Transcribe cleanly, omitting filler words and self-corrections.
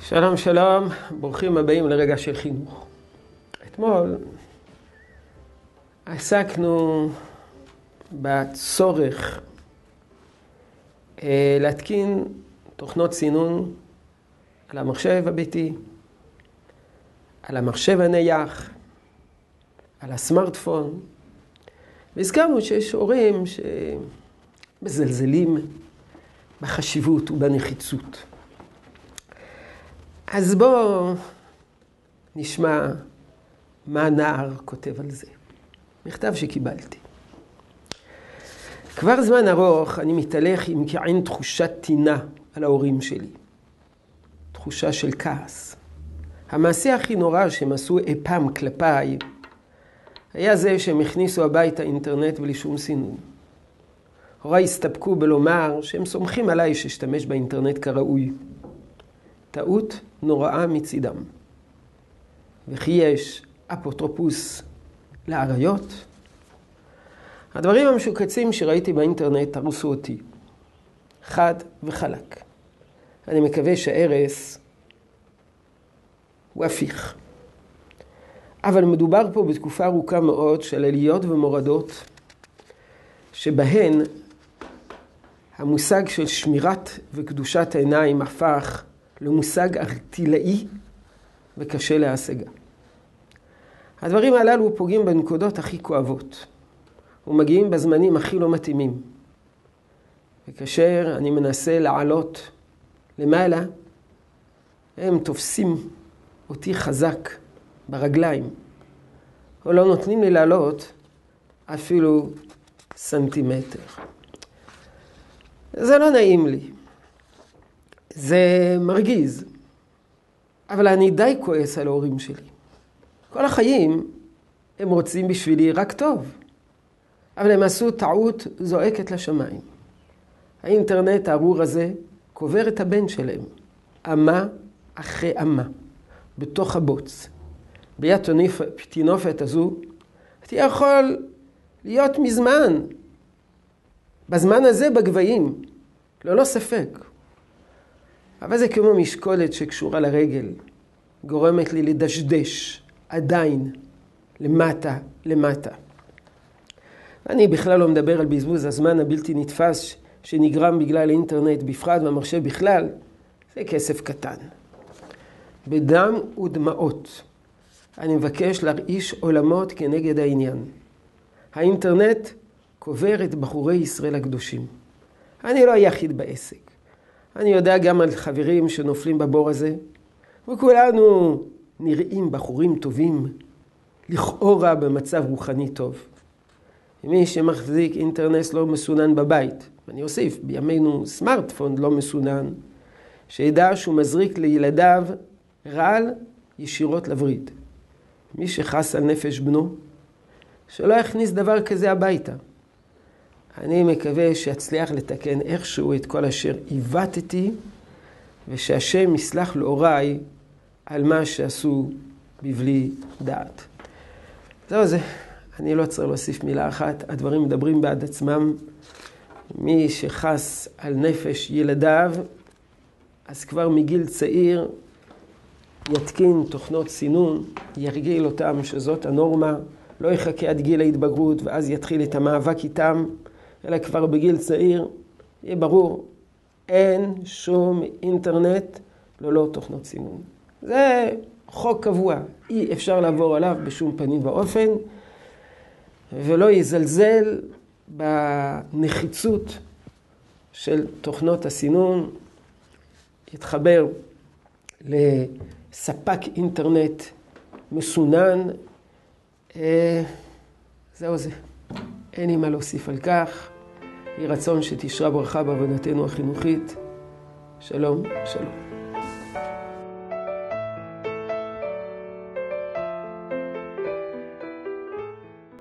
שלום שלום, ברוכים הבאים לרגע של חינוך. אתמול עסקנו בצורך להתקין תוכנות סינון על המחשב הביתי, על המחשב הנייח, על הסמארטפון, והזכרנו שיש הורים שמזלזלים בחשיבות ובנחיצות. אז בואו נשמע מה הנער כותב על זה. מכתב שקיבלתי. כבר זמן ארוך אני מתהלך עם כעין תחושת טינה על ההורים שלי. תחושה של כעס. המעשה הכי נורא שהם עשו אי פעם כלפיי היה זה שהם הכניסו הביתה אינטרנט בלי שום סינון. הוריי הסתפקו בלומר שהם סומכים עליי שאשתמש באינטרנט כראוי. טעות נוראה מצידם. וכי יש אפוטרופוס לעריות? הדברים המשוקצים שראיתי באינטרנט הרסו אותי. חד וחלק. אני מקווה שההרס הוא הפיך. אבל מדובר פה בתקופה ארוכה מאוד של עליות ומורדות, שבהן המושג של שמירת וקדושת העיניים הפך למושג ארטילאי וקשה להשגה. הדברים הללו פוגעים בנקודות הכי כואבות, ומגיעים בזמנים הכי לא מתאימים. וכאשר אני מנסה לעלות למעלה, הם תופסים אותי חזק ברגליים, או לא נותנים לי לעלות אפילו סנטימטר. זה לא נעים לי. זה מרגיז, אבל אני די כועס על ההורים שלי. כל החיים הם רוצים בשבילי רק טוב, אבל הם עשו טעות זועקת לשמיים. האינטרנט הארור הזה קובר את הבן שלהם, אמה אחרי אמה, בתוך הבוץ. ביד תינופת הזו, הייתי יכול להיות מזמן, בזמן הזה בגבהים, ללא ספק. אבל זה כמו משקולת שקשורה לרגל, גורמת לי לדשדש, עדיין, למטה. אני בכלל לא מדבר על בזבוז הזמן הבלתי נתפס שנגרם בגלל האינטרנט בפרט והמחשב בכלל, זה כסף קטן. בדם ודמעות, אני מבקש להרעיש עולמות כנגד העניין. האינטרנט קובר את בחורי ישראל הקדושים. אני לא היחיד בעסק. אני יודע גם על חברים שנופלים בבור הזה, וכולנו נראים בחורים טובים, לכאורה במצב רוחני טוב. מי שמחזיק אינטרנט לא מסונן בבית, ואני אוסיף, בימינו סמארטפון לא מסונן, שידע שהוא מזריק לילדיו רעל ישירות לווריד. מי שחס על נפש בנו, שלא יכניס דבר כזה הביתה. אני מקווה שאצליח לתקן איכשהו את כל אשר עיוותתי, ושהשם יסלח להוריי על מה שעשו בבלי דעת. זהו זה, אני לא צריך להוסיף מילה אחת, הדברים מדברים בעד עצמם. מי שחס על נפש ילדיו, אז כבר מגיל צעיר יתקין תוכנות סינון, ירגיל אותם שזאת הנורמה, לא יחכה עד גיל ההתבגרות ואז יתחיל את המאבק איתם, אלא כבר בגיל צעיר, יהיה ברור, אין שום אינטרנט ללא תוכנות סינון. זה חוק קבוע, אי אפשר לעבור עליו בשום פנים ואופן, ולא יזלזל בנחיצות של תוכנות הסינון, יתחבר לספק אינטרנט מסונן. זהו זה. אין לי מה להוסיף על כך. יהי רצון שתשרה ברכה בעבודתנו החינוכית. שלום, שלום.